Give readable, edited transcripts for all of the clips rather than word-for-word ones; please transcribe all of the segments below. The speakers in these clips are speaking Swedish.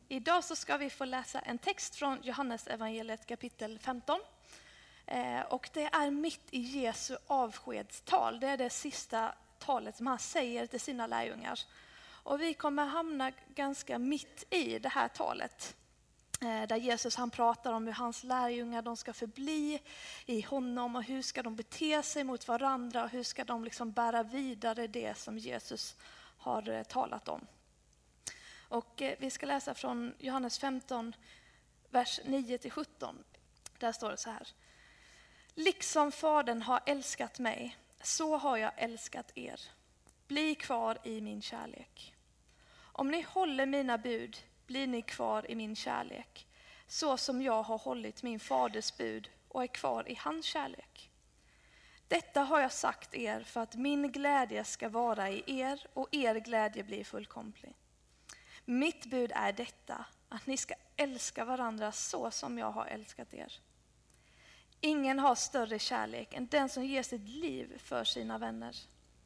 Idag så ska vi få läsa en text från Johannes evangeliet kapitel 15. Och det är mitt i Jesu avskedstal. Det är det sista talet som han säger till sina lärjungar. Och vi kommer hamna ganska mitt i det här talet. Där Jesus han pratar om hur hans lärjungar de ska förbli i honom och hur ska de bete sig mot varandra och hur ska de liksom bära vidare det som Jesus har talat om. Och vi ska läsa från Johannes 15, vers 9-17. Där står det så här. Liksom Fadern har älskat mig, så har jag älskat er. Bli kvar i min kärlek. Om ni håller mina bud blir ni kvar i min kärlek, så som jag har hållit min faders bud och är kvar i hans kärlek. Detta har jag sagt er för att min glädje ska vara i er och er glädje blir fullkomlig. Mitt bud är detta, att ni ska älska varandra så som jag har älskat er. Ingen har större kärlek än den som ger sitt liv för sina vänner.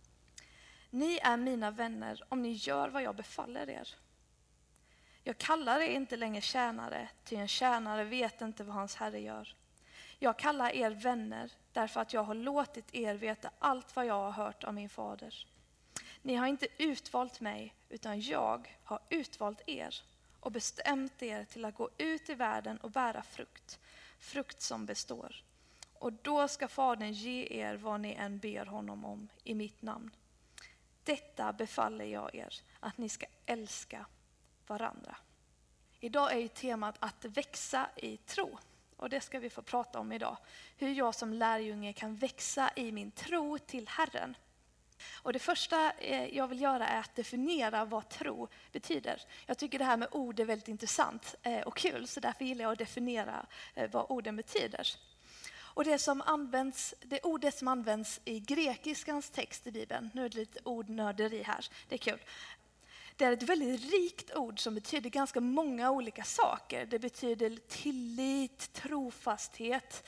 Ni är mina vänner om ni gör vad jag befaller er. Jag kallar er inte längre tjänare, ty en tjänare vet inte vad hans herre gör. Jag kallar er vänner därför att jag har låtit er veta allt vad jag har hört av min fader. Ni har inte utvalt mig, utan jag har utvalt er och bestämt er till att gå ut i världen och bära frukt som består. Och då ska Fadern ge er vad ni än ber honom om i mitt namn. Detta befaller jag er, att ni ska älska varandra. Idag är ju temat att växa i tro. Och det ska vi få prata om idag. Hur jag som lärjunge kan växa i min tro till Herren. Och det första jag vill göra är att definiera vad tro betyder. Jag tycker det här med ord är väldigt intressant och kul, så därför gillar jag att definiera vad orden betyder. Och det ordet som används i grekiskans text i Bibeln, nu är det lite ordnörderi här, det är kul. Det är ett väldigt rikt ord som betyder ganska många olika saker. Det betyder tillit, trofasthet,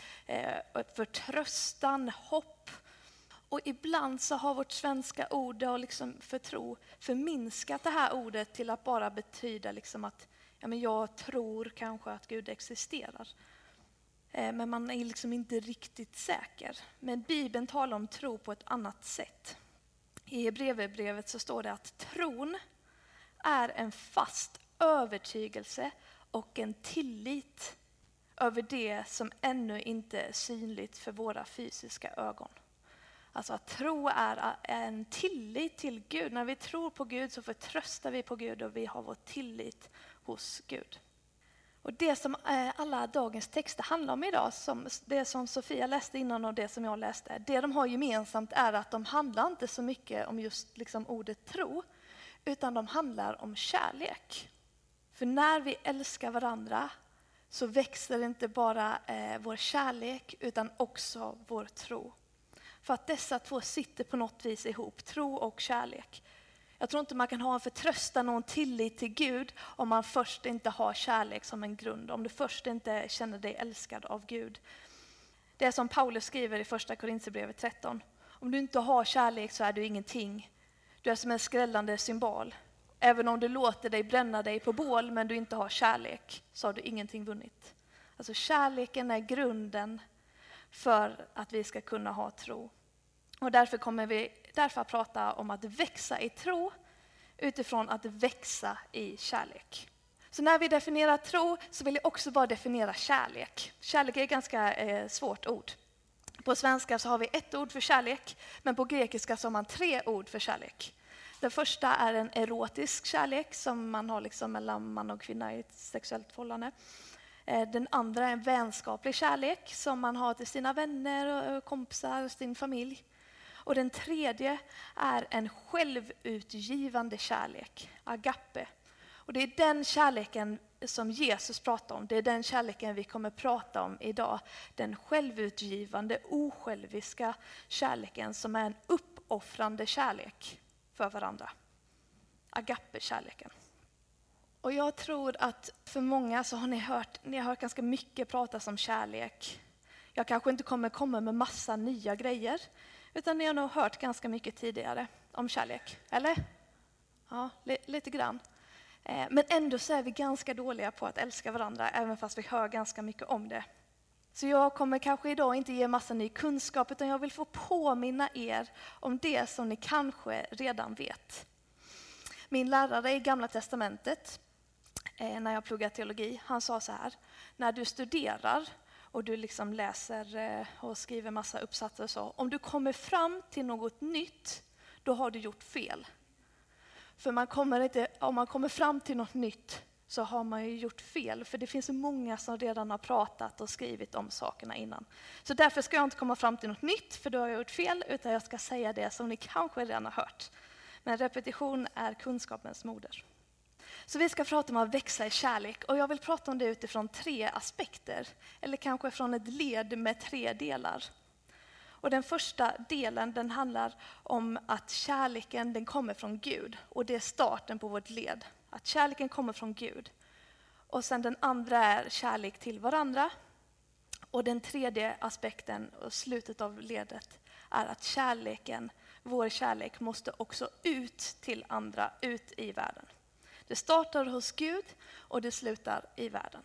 förtröstan, hopp. Och ibland så har vårt svenska ord liksom för tro förminskat det här ordet till att bara betyda liksom att jag tror kanske att Gud existerar. Men man är liksom inte riktigt säker. Men Bibeln talar om tro på ett annat sätt. I Hebreerbrevet så står det att tron är en fast övertygelse och en tillit över det som ännu inte är synligt för våra fysiska ögon. Alltså att tro är en tillit till Gud. När vi tror på Gud så förtröstar vi på Gud och vi har vår tillit hos Gud. Och det som alla dagens texter handlar om idag, det som Sofia läste innan och det som jag läste, det de har gemensamt är att de handlar inte så mycket om just liksom ordet tro, utan de handlar om kärlek. För när vi älskar varandra så växer inte bara vår kärlek utan också vår tro. För att dessa två sitter på något vis ihop, tro och kärlek. Jag tror inte man kan ha en förtröstan och en tillit till Gud om man först inte har kärlek som en grund. Om du först inte känner dig älskad av Gud. Det är som Paulus skriver i första Korinthierbrevet 13. Om du inte har kärlek så är du ingenting. Du är som en skrällande symbol. Även om du låter dig bränna dig på bål men du inte har kärlek så har du ingenting vunnit. Alltså kärleken är grunden för att vi ska kunna ha tro. Och därför kommer vi att prata om att växa i tro utifrån att växa i kärlek. Så när vi definierar tro så vill jag också bara definiera kärlek. Kärlek är ett ganska svårt ord. På svenska så har vi ett ord för kärlek, men på grekiska så har man 3 ord för kärlek. Den första är en erotisk kärlek som man har liksom mellan man och kvinna i ett sexuellt förhållande. Den andra är en vänskaplig kärlek som man har till sina vänner och kompisar, sin familj. Och den tredje är en självutgivande kärlek, agape. Och det är den kärleken som Jesus pratar om. Det är den kärleken vi kommer prata om idag. Den självutgivande, osjälviska kärleken som är en uppoffrande kärlek för varandra. Agape-kärleken. Och jag tror att för många så har ni har hört ganska mycket pratas om kärlek. Jag kanske inte kommer komma med massa nya grejer. Utan ni har nog hört ganska mycket tidigare om kärlek. Eller? Ja, lite grann. Men ändå så är vi ganska dåliga på att älska varandra, även fast vi hör ganska mycket om det. Så jag kommer kanske idag inte ge massa ny kunskap, utan jag vill få påminna er om det som ni kanske redan vet. Min lärare i Gamla testamentet, när jag pluggade teologi, han sa så här: när du studerar och du liksom läser och skriver massa uppsatser och så, om du kommer fram till något nytt, då har du gjort fel. För om man kommer fram till något nytt så har man ju gjort fel. För det finns så många som redan har pratat och skrivit om sakerna innan. Så därför ska jag inte komma fram till något nytt, för då har jag gjort fel, utan jag ska säga det som ni kanske redan har hört. Men repetition är kunskapens moder. Så vi ska prata om att växa i kärlek, och jag vill prata om det utifrån 3 aspekter. Eller kanske från ett led med 3 delar. Och den första delen, den handlar om att kärleken, den kommer från Gud. Och det är starten på vårt led. Att kärleken kommer från Gud. Och sen den andra är kärlek till varandra. Och den tredje aspekten och slutet av ledet är att kärleken, vår kärlek, måste också ut till andra, ut i världen. Det startar hos Gud och det slutar i världen.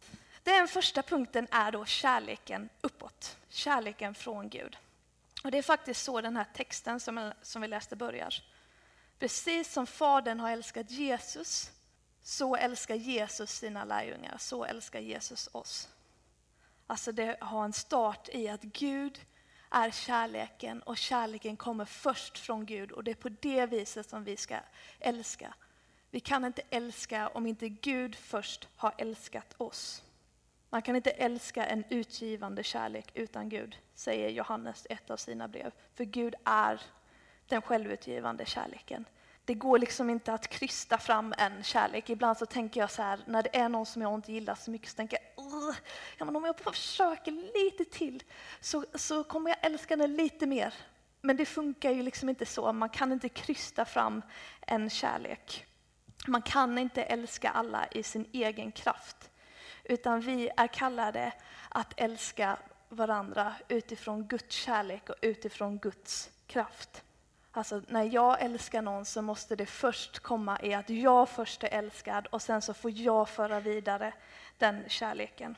Den första punkten är då kärleken uppåt. Kärleken från Gud. Och det är faktiskt så den här texten som vi läste börjar. Precis som Fadern har älskat Jesus, så älskar Jesus sina lärjungar. Så älskar Jesus oss. Alltså det har en start i att Gud är kärleken, och kärleken kommer först från Gud. Och det är på det viset som vi ska älska. Vi kan inte älska om inte Gud först har älskat oss. Man kan inte älska en utgivande kärlek utan Gud, säger Johannes i ett av sina brev. För Gud är den självutgivande kärleken. Det går liksom inte att krysta fram en kärlek. Ibland så tänker jag så här, när det är någon som jag inte gillar så mycket, så tänker jag, om jag bara försöker lite till så kommer jag älska den lite mer. Men det funkar ju liksom inte så. Man kan inte krysta fram en kärlek. Man kan inte älska alla i sin egen kraft. Utan vi är kallade att älska varandra utifrån Guds kärlek och utifrån Guds kraft. Alltså när jag älskar någon så måste det först komma i att jag först är älskad, och sen så får jag föra vidare den kärleken.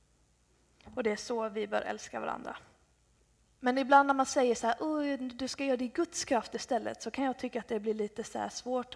Och det är så vi bör älska varandra. Men ibland när man säger så här, du ska göra det i Guds kraft istället, så kan jag tycka att det blir lite så här svårt.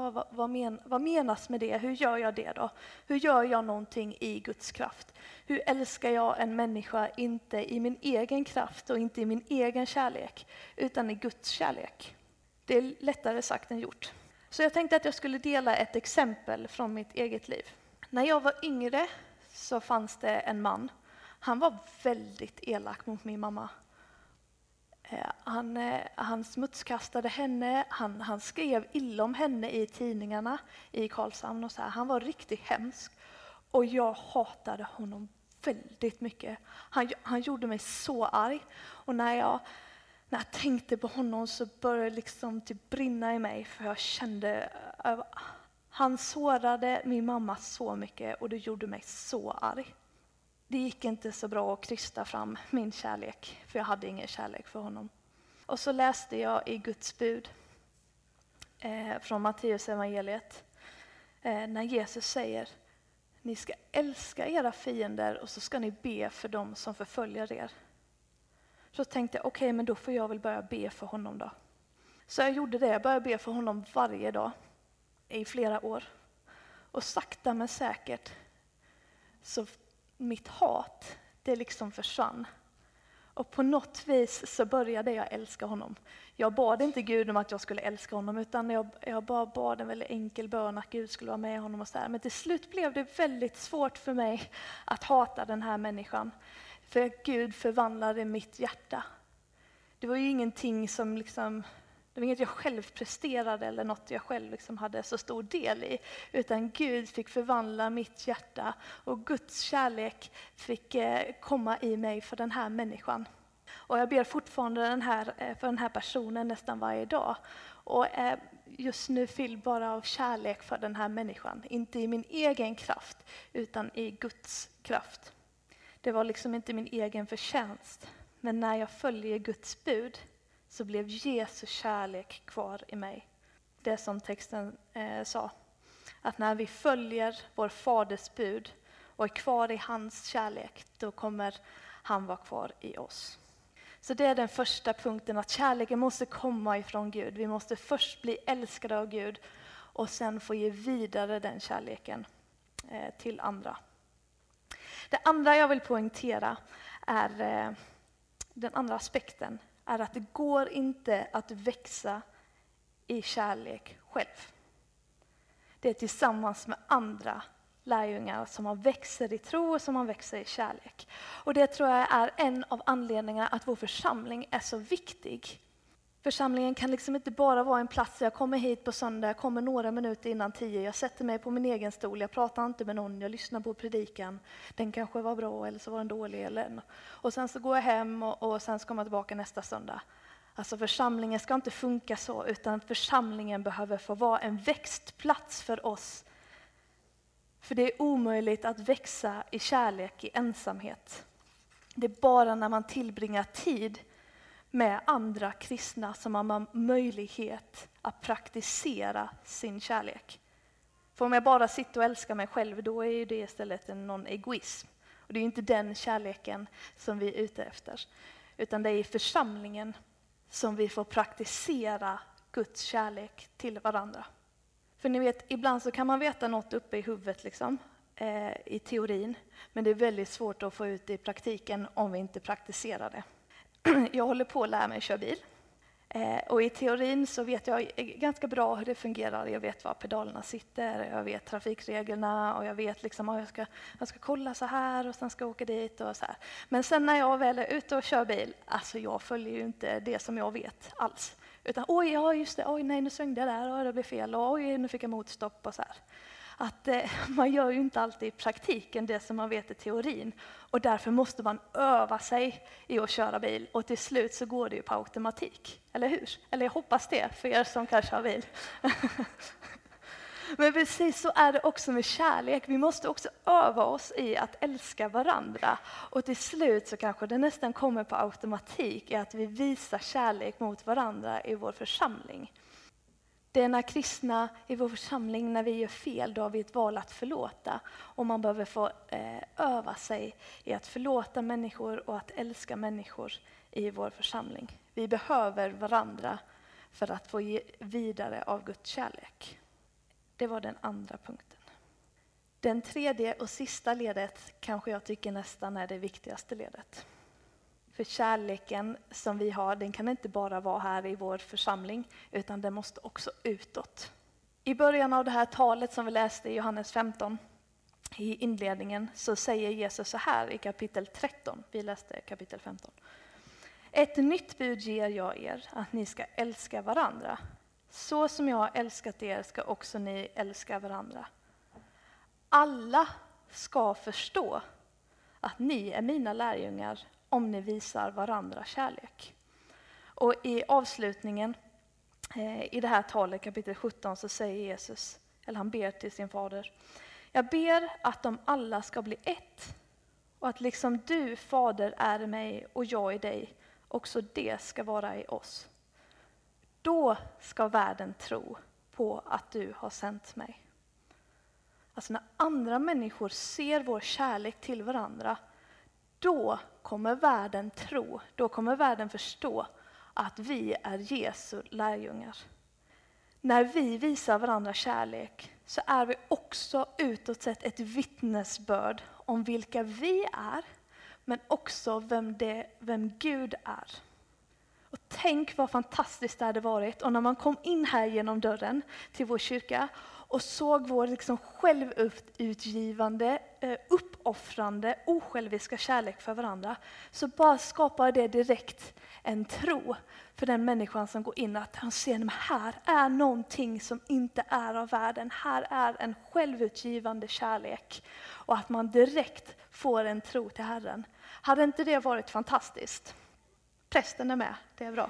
Vad menas med det? Hur gör jag det då? Hur gör jag någonting i Guds kraft? Hur älskar jag en människa inte i min egen kraft och inte i min egen kärlek, utan i Guds kärlek? Det är lättare sagt än gjort. Så jag tänkte att jag skulle dela ett exempel från mitt eget liv. När jag var yngre så fanns det en man. Han var väldigt elak mot min mamma. Han smutskastade henne, han skrev illa om henne i tidningarna i Karlshamn och så här. Han var riktigt hemsk, och jag hatade honom väldigt mycket. Han gjorde mig så arg, och när jag tänkte på honom så började det liksom typ brinna i mig, för jag kände han sårade min mamma så mycket, och det gjorde mig så arg. Det gick inte så bra att krysta fram min kärlek, för jag hade ingen kärlek för honom. Och så läste jag i Guds bud från Matteus evangeliet, när Jesus säger: ni ska älska era fiender och så ska ni be för dem som förföljer er. Så tänkte jag, okej, men då får jag väl börja be för honom då. Så jag gjorde det, jag började be för honom varje dag i flera år. Och sakta men säkert så mitt hat, det liksom försvann. Och på något vis så började jag älska honom. Jag bad inte Gud om att jag skulle älska honom, utan jag bara bad en väldigt enkel bön att Gud skulle vara med honom och så här. Men till slut blev det väldigt svårt för mig att hata den här människan. För Gud förvandlade mitt hjärta. Det var ju ingenting som liksom, det var inget jag själv presterade eller något jag själv liksom hade så stor del i. Utan Gud fick förvandla mitt hjärta, och Guds kärlek fick komma i mig för den här människan. Och jag ber fortfarande för den här personen nästan varje dag. Och är just nu fylld bara av kärlek för den här människan. Inte i min egen kraft, utan i Guds kraft. Det var liksom inte min egen förtjänst. Men när jag följer Guds bud så blev Jesu kärlek kvar i mig. Det som texten sa. Att när vi följer vår faders bud och är kvar i hans kärlek, då kommer han vara kvar i oss. Så det är den första punkten, att kärleken måste komma ifrån Gud. Vi måste först bli älskade av Gud och sen få ge vidare den kärleken till andra. Det andra jag vill poängtera är, den andra aspekten, är att det går inte att växa i kärlek själv. Det är tillsammans med andra lärjungar som man växer i tro och som man växer i kärlek. Och det tror jag är en av anledningarna att vår församling är så viktig. Församlingen kan liksom inte bara vara en plats där jag kommer hit på söndag, jag kommer några minuter innan 10, jag sätter mig på min egen stol, jag pratar inte med någon, jag lyssnar på predikan. Den kanske var bra eller så var den dålig. Och sen så går jag hem och sen ska man tillbaka nästa söndag. Alltså församlingen ska inte funka så, utan församlingen behöver få vara en växtplats för oss. För det är omöjligt att växa i kärlek i ensamhet. Det är bara när man tillbringar tid med andra kristna som man har möjlighet att praktisera sin kärlek. För om jag bara sitter och älskar mig själv, då är ju det istället någon egoism. Och det är ju inte den kärleken som vi är ute efter. Utan det är i församlingen som vi får praktisera Guds kärlek till varandra. För ni vet, ibland så kan man veta något uppe i huvudet liksom, i teorin. Men det är väldigt svårt att få ut det i praktiken om vi inte praktiserar det. Jag håller på att lära mig köra bil. Och i teorin så vet jag ganska bra hur det fungerar. Jag vet var pedalerna sitter, jag vet trafikreglerna och jag vet liksom att jag ska kolla så här och sen ska jag åka dit och så här. Men sen när jag väl är ute och kör bil, alltså jag följer ju inte det som jag vet alls. Utan oj, ja just det, oj nej nu svängde jag där och det blev fel, och oj nu fick jag motstopp och så här. Att man gör ju inte alltid i praktiken det som man vet i teorin. Och därför måste man öva sig i att köra bil. Och till slut så går det ju på automatik. Eller hur? Eller jag hoppas det för er som kan köra bil. Men precis så är det också med kärlek. Vi måste också öva oss i att älska varandra. Och till slut så kanske det nästan kommer på automatik i att vi visar kärlek mot varandra i vår församling. Det är när kristna i vår församling, när vi gör fel, då har vi ett val att förlåta. Och man behöver få öva sig i att förlåta människor och att älska människor i vår församling. Vi behöver varandra för att få ge vidare av Guds kärlek. Det var den andra punkten. Den tredje och sista ledet kanske jag tycker nästan är det viktigaste ledet. För kärleken som vi har, den kan inte bara vara här i vår församling, utan den måste också utåt. I början av det här talet som vi läste i Johannes 15, i inledningen, så säger Jesus så här i kapitel 13. Vi läste kapitel 15. Ett nytt bud ger jag er, att ni ska älska varandra. Så som jag har älskat er ska också ni älska varandra. Alla ska förstå att ni är mina lärjungar om ni visar varandra kärlek. Och i avslutningen i det här talet, kapitel 17, så säger Jesus, eller han ber till sin fader: jag ber att de alla ska bli ett, och att liksom du, fader, är i mig och jag i dig, också det ska vara i oss. Då ska världen tro på att du har sänt mig. Alltså när andra människor ser vår kärlek till varandra, då kommer världen tro, då kommer världen förstå att vi är Jesu lärjungar. När vi visar varandra kärlek så är vi också utåt sett ett vittnesbörd om vilka vi är, men också vem Gud är. Och tänk vad fantastiskt det hade varit, och när man kom in här genom dörren till vår kyrka och såg vår liksom självutgivande, uppoffrande, osjälviska kärlek för varandra, så bara skapar det direkt en tro för den människan som går in, att han ser att här är någonting som inte är av världen. Här är en självutgivande kärlek, och att man direkt får en tro till Herren. Hade inte det varit fantastiskt? Prästen är med, det är bra.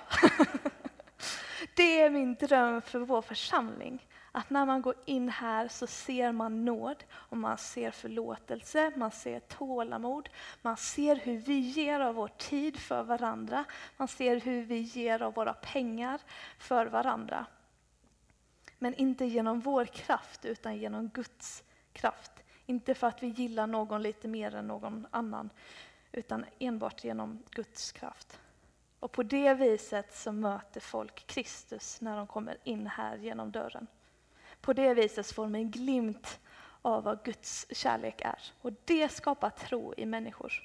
Det är min dröm för vår församling. Att när man går in här så ser man nåd, och man ser förlåtelse, man ser tålamod, man ser hur vi ger av vår tid för varandra, man ser hur vi ger av våra pengar för varandra. Men inte genom vår kraft utan genom Guds kraft. Inte för att vi gillar någon lite mer än någon annan utan enbart genom Guds kraft. Och på det viset så möter folk Kristus när de kommer in här genom dörren. På det viset får de en glimt av vad Guds kärlek är. Och det skapar tro i människor.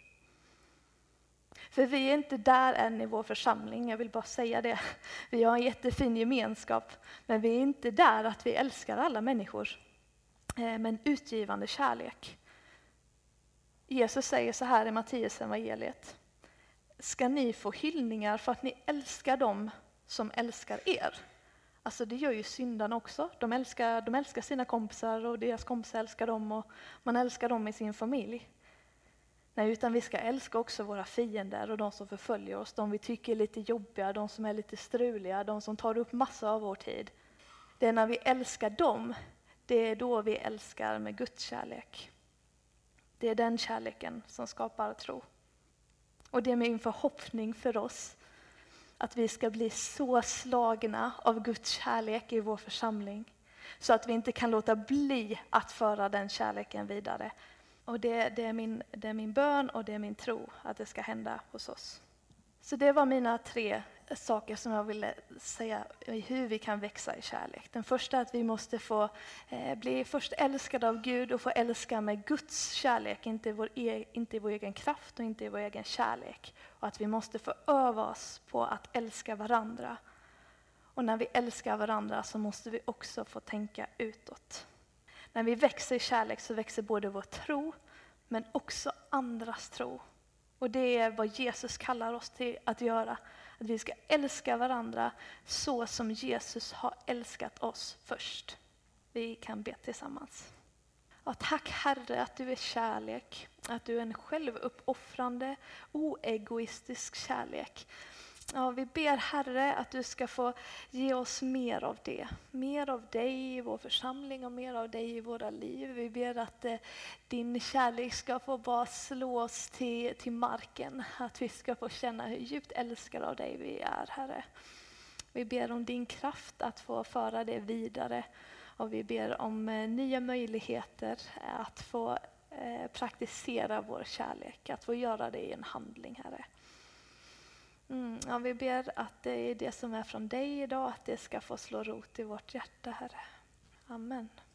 För vi är inte där än i vår församling, jag vill bara säga det. Vi har en jättefin gemenskap, men vi är inte där att vi älskar alla människor. Men utgivande kärlek. Jesus säger så här i Matteus evangeliet: ska ni få hyllningar för att ni älskar dem som älskar er? Alltså det gör ju syndarna också. De älskar sina kompisar och deras kompisar älskar dem och man älskar dem i sin familj. Nej, utan vi ska älska också våra fiender och de som förföljer oss, de vi tycker är lite jobbiga, de som är lite struliga, de som tar upp massa av vår tid. Det är när vi älskar dem, det är då vi älskar med Guds kärlek. Det är den kärleken som skapar tro. Och det är min förhoppning för oss att vi ska bli så slagna av Guds kärlek i vår församling så att vi inte kan låta bli att föra den kärleken vidare. Och det är min bön och det är min tro att det ska hända hos oss. Så det var mina 3 saker som jag ville säga i hur vi kan växa i kärlek. Den första är att vi måste få bli först älskade av Gud och få älska med Guds kärlek, inte i vår egen kraft och inte i vår egen kärlek. Och att vi måste få öva oss på att älska varandra. Och när vi älskar varandra så måste vi också få tänka utåt. När vi växer i kärlek så växer både vår tro men också andras tro. Och det är vad Jesus kallar oss till att göra. Att vi ska älska varandra så som Jesus har älskat oss först. Vi kan be tillsammans. Ja, tack Herre att du är kärlek. Att du är en självuppoffrande, oegoistisk kärlek. Ja, vi ber Herre att du ska få ge oss mer av det. Mer av dig i vår församling och mer av dig i våra liv. Vi ber att din kärlek ska få bara slå oss till marken. Att vi ska få känna hur djupt älskade av dig vi är, Herre. Vi ber om din kraft att få föra det vidare. Och vi ber om nya möjligheter att få praktisera vår kärlek. Att få göra det i en handling, Herre. Ja, vi ber att det är det som är från dig idag, att det ska få slå rot i vårt hjärta, Herre. Amen.